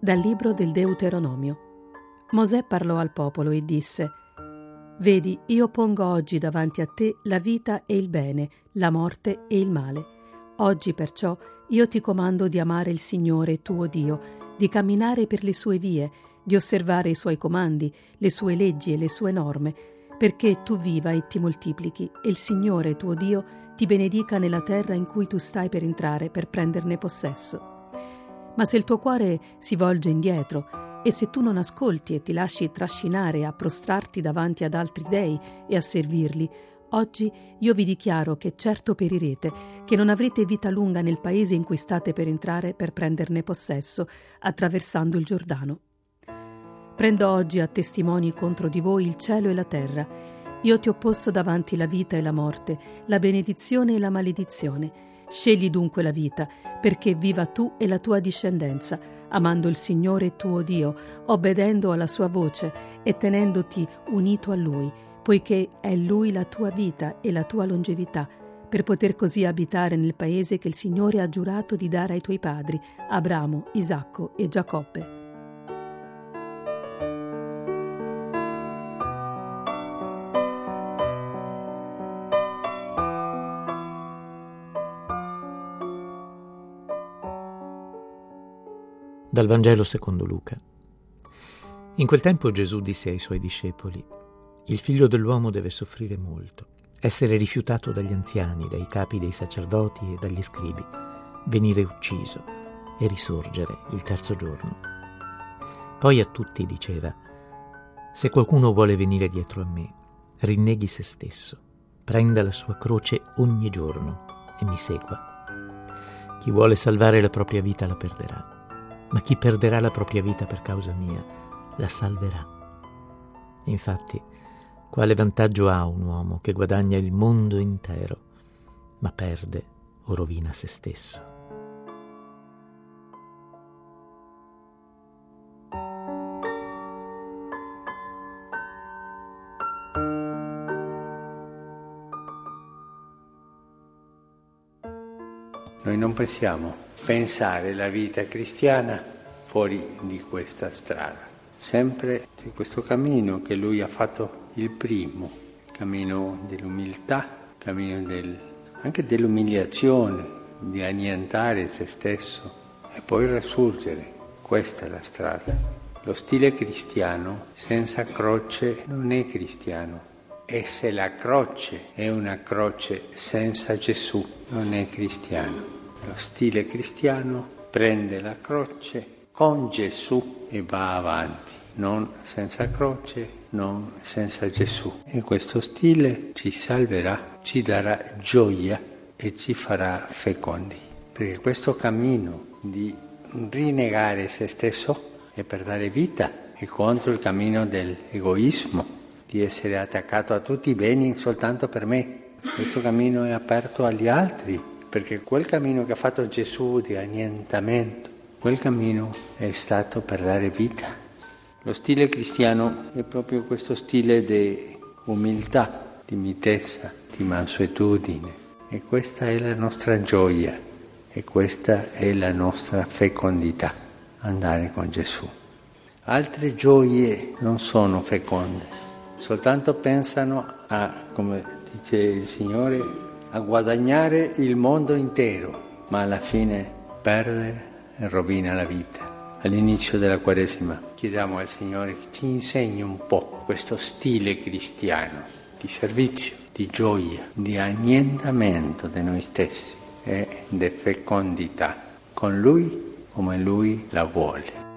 Dal libro del Deuteronomio. Mosè parlò al popolo e disse: «Vedi, io pongo oggi davanti a te la vita e il bene, la morte e il male. Oggi perciò io ti comando di amare il Signore tuo Dio, di camminare per le sue vie, di osservare i suoi comandi, le sue leggi e le sue norme, perché tu viva e ti moltiplichi e il Signore tuo Dio ti benedica nella terra in cui tu stai per entrare per prenderne possesso. Ma se il tuo cuore si volge indietro e se tu non ascolti e ti lasci trascinare a prostrarti davanti ad altri dei e a servirli, oggi io vi dichiaro che certo perirete, che non avrete vita lunga nel paese in cui state per entrare per prenderne possesso, attraversando il Giordano. Prendo oggi a testimoni contro di voi il cielo e la terra. Io ti ho posto davanti la vita e la morte, la benedizione e la maledizione. Scegli dunque la vita, perché viva tu e la tua discendenza, amando il Signore tuo Dio, obbedendo alla sua voce e tenendoti unito a Lui, poiché è Lui la tua vita e la tua longevità, per poter così abitare nel paese che il Signore ha giurato di dare ai tuoi padri, Abramo, Isacco e Giacobbe». Dal Vangelo secondo Luca. In quel tempo Gesù disse ai suoi discepoli: «Il figlio dell'uomo deve soffrire molto, essere rifiutato dagli anziani, dai capi dei sacerdoti e dagli scribi, venire ucciso e risorgere il terzo giorno». Poi a tutti diceva: «Se qualcuno vuole venire dietro a me, rinneghi se stesso, prenda la sua croce ogni giorno e mi segua. Chi vuole salvare la propria vita la perderà, ma chi perderà la propria vita per causa mia la salverà. Infatti, quale vantaggio ha un uomo che guadagna il mondo intero, ma perde o rovina se stesso?» Noi non possiamo pensare la vita cristiana fuori di questa strada. Sempre in questo cammino che lui ha fatto il primo, il cammino dell'umiltà, il cammino anche dell'umiliazione, di annientare se stesso e poi risorgere. Questa è la strada. Lo stile cristiano senza croce non è cristiano. E se la croce è una croce senza Gesù, non è cristiano. Lo stile cristiano prende la croce con Gesù e va avanti, non senza croce, non senza Gesù. E questo stile ci salverà, ci darà gioia e ci farà fecondi. Perché questo cammino di rinnegare se stesso è per dare vita, è contro il cammino dell'egoismo, di essere attaccato a tutti i beni soltanto per me. Questo cammino è aperto agli altri, perché quel cammino che ha fatto Gesù di annientamento, quel cammino è stato per dare vita. Lo stile cristiano è proprio questo stile di umiltà, di mitezza, di mansuetudine. E questa è la nostra gioia, e questa è la nostra fecondità, andare con Gesù. Altre gioie non sono feconde, soltanto pensano a, come dice il Signore, a guadagnare il mondo intero, ma alla fine perde e rovina la vita. All'inizio della Quaresima chiediamo al Signore che ci insegni un po' questo stile cristiano di servizio, di gioia, di annientamento di noi stessi e di fecondità con Lui come Lui la vuole.